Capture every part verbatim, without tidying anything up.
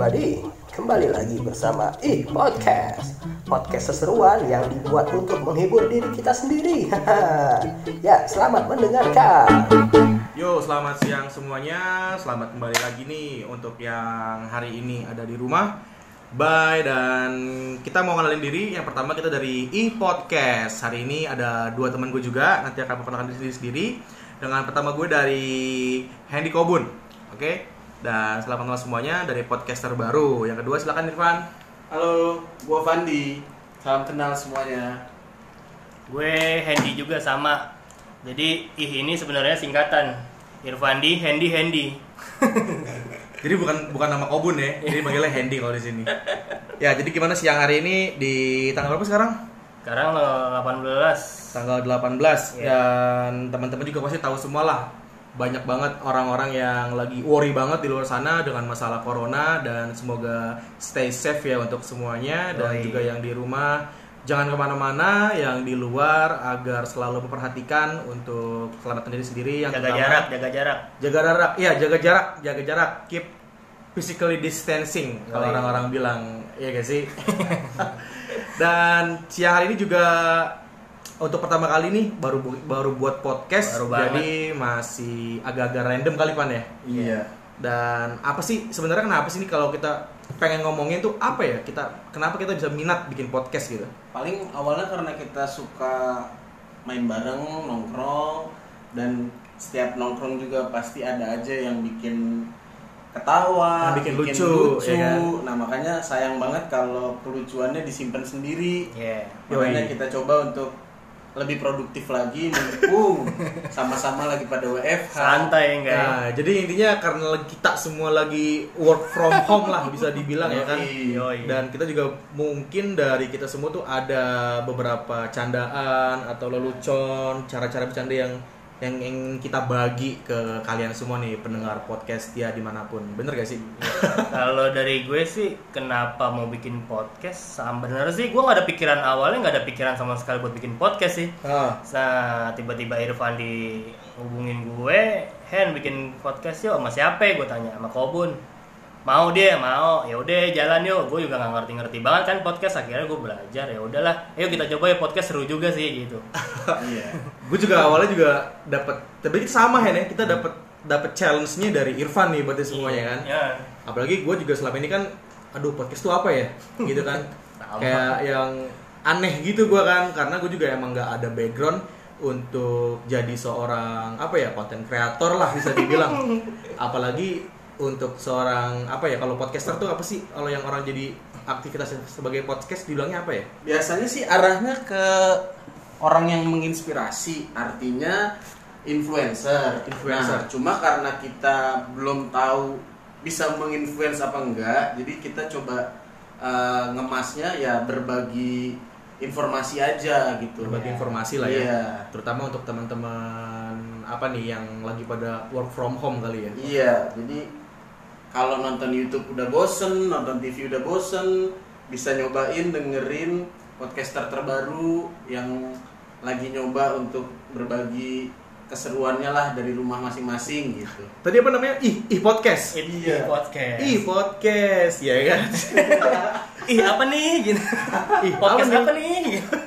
everybody, kembali lagi bersama I Podcast. Podcast seseruan yang dibuat untuk menghibur diri kita sendiri. Ya, selamat mendengarkan. Yo, selamat siang semuanya. Selamat kembali lagi nih untuk yang hari ini ada di rumah. Bye, dan kita mau kenalin diri. Yang pertama kita dari I Podcast. Hari ini ada dua teman gue juga. Nanti akan memperkenalkan diri sendiri. Dengan pertama gue dari Hendy Kobun. Oke. Okay? Dan selamat malam semuanya dari podcast terbaru. Yang kedua silakan Irfan. Halo, gue Fandi. Salam kenal semuanya. Gue Hendy juga sama. Jadi ih ini sebenarnya singkatan. Irfandi, Hendy, Hendy. Jadi bukan bukan nama Kobun ya. Jadi panggilnya Hendy kalau di sini. Ya, jadi gimana siang hari ini di tanggal berapa sekarang? Sekarang delapan belas. Tanggal delapan belas. Yeah. Dan teman-teman juga pasti tahu semua lah. Banyak banget orang-orang yang lagi worry banget di luar sana dengan masalah corona, dan semoga stay safe ya untuk semuanya. Dan Yoi. juga yang di rumah jangan kemana-mana, yang di luar agar selalu memperhatikan untuk keselamatan diri sendiri. Yang Jaga pertama, jarak, jaga jarak. jaga jarak, iya jaga jarak, jaga jarak, keep physically distancing kalau Yoi. orang-orang bilang, iya gak sih? Dan siang hari ini juga untuk pertama kali nih baru baru buat podcast, Baru jadi masih agak-agak random kali Pan ya. Iya. Dan apa sih sebenarnya kenapa sih nih kalau kita pengen ngomongin tuh apa ya, kita kenapa kita bisa minat bikin podcast gitu? Paling awalnya karena kita suka main bareng, nongkrong, dan setiap nongkrong juga pasti ada aja yang bikin ketawa, Yang bikin lucu, ya kan? Nah makanya sayang banget kalau kelucuannya disimpan sendiri. Yeah. Makanya Yoi. kita coba untuk lebih produktif lagi, mumpung sama-sama lagi pada W F H. Santai enggak ya? Nah, jadi intinya karena kita semua lagi work from home lah bisa dibilang ya kan. Yoi. Dan kita juga mungkin dari kita semua tuh ada beberapa candaan atau lelucon, cara-cara bercanda yang yang ingin kita bagi ke kalian semua nih pendengar podcast ya dimanapun. Bener gak sih? Kalau dari gue sih kenapa mau bikin podcast? Sebenarnya sih gue nggak ada pikiran, awalnya nggak ada pikiran sama sekali buat bikin podcast sih. Ah. Nah tiba-tiba Irfan dihubungin gue, Hen bikin podcast yuk, sama siapa? Gue tanya sama Kobun. Mau dia, mau. Ya udah jalan yuk. Gue juga nggak ngerti-ngerti banget kan podcast. Akhirnya gue belajar, ya udahlah. Ayo kita coba ya podcast, seru juga sih gitu. Iya. Gue juga awalnya juga dapat, tapi kita sama ya, kita dapat dapat challenge-nya dari Irfan nih buat semuanya kan. Ya. Apalagi gue juga selama ini kan, aduh podcast tuh apa ya, gitu kan. Kayak yang aneh gitu gue kan, karena gue juga emang nggak ada background untuk jadi seorang apa ya, konten kreator lah bisa dibilang. Apalagi untuk seorang apa ya, kalau podcaster tuh apa sih kalau yang orang jadi aktivitas sebagai podcast dibilangnya apa ya? Biasanya sih arahnya ke orang yang menginspirasi, artinya influencer. Influencer. Nah, cuma karena kita belum tahu bisa menginfluence apa enggak, jadi kita coba uh, ngemasnya ya berbagi informasi aja gitu. Berbagi informasi lah ya. Iya. Terutama untuk teman-teman apa nih yang lagi pada work from home kali ya. Iya, jadi kalau nonton YouTube udah bosen, nonton T V udah bosen, bisa nyobain dengerin podcaster terbaru yang lagi nyoba untuk berbagi keseruannya lah dari rumah masing-masing gitu. Tadi apa namanya? Ih, ih podcast. Iya. Podcast. Ih podcast, ya kan? Ih apa nih gitu. Ih, Podcast apa apa nih?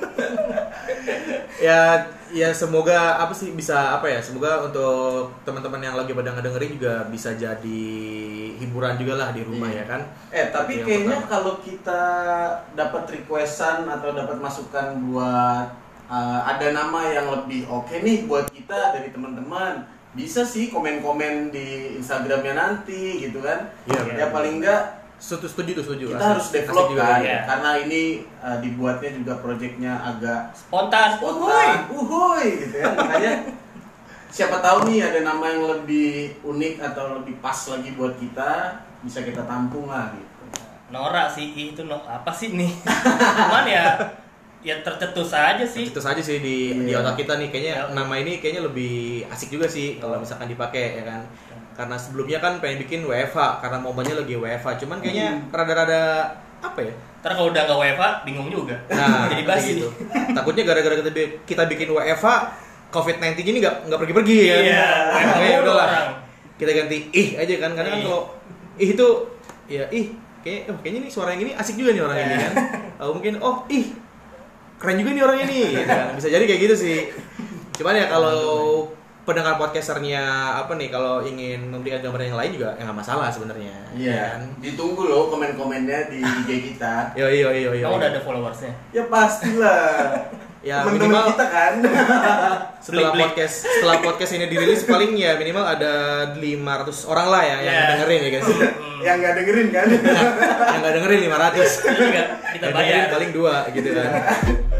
Ya, ya semoga apa sih bisa apa ya? Semoga untuk teman-teman yang lagi pada ngedengerin juga bisa jadi hiburan juga lah di rumah Iya. ya kan. Eh tapi Itu yang kayaknya pertama. kalau kita dapat requestan atau dapat masukan buat uh, ada nama yang lebih oke nih buat kita dari teman-teman, bisa sih komen-komen di Instagramnya nanti gitu kan. Iya, Ya paling enggak Setuju, setuju tuh, setuju. kita Asik- harus asik develop juga kan, ya. ya. karena ini uh, dibuatnya juga proyeknya agak Spontan. spontan, uhuy gitu ya. Makanya siapa tahu nih ada nama yang lebih unik atau lebih pas lagi buat kita, bisa kita tampung lah gitu. Nora sih, ih, itu no, apa sih nih? Cuman ya ya tercetus aja sih. Itu saja sih di di Iya. otak kita nih, kayaknya Ya. nama ini kayaknya lebih asik juga sih kalau misalkan dipakai ya kan. Karena sebelumnya kan pengen bikin W F H karena momennya lagi W F H, cuman kayaknya Hmm. rada-rada apa ya? Ntar kalau udah nggak W F H bingung juga. Nah, Jadi kayak basi. gitu. Takutnya gara-gara kita, bi- kita bikin W F H, covid sembilan belas ini nggak nggak pergi-pergi ya. Iya, W F H Makanya mulu udahlah. orang. Kita ganti ih aja kan, karena kan Ih. kalau ih itu ya ih kayak oh, kayaknya nih suara yang ini asik juga nih orang ini kan. Oh, mungkin oh ih keren juga nih orang ini gitu kan. Bisa jadi kayak gitu sih. Cuman ya kalau pendengar podcasternya apa nih kalau ingin memberikan gambaran yang lain juga ya nggak masalah sebenarnya. Iya. Kan? Ditunggu loh komen-komennya di I G kita. Yo yo yo yo. Kamu udah ada followersnya? Ya pastilah. Ya teman-teman minimal kita kan. setelah Blik-blik. podcast setelah podcast ini dirilis paling ya minimal ada lima ratus orang lah ya yang Yeah. dengerin ya guys. Yang nggak dengerin kan? Yang nggak dengerin lima ratus. Itu juga kita Yang bayar. dengerin paling dua gitu kan.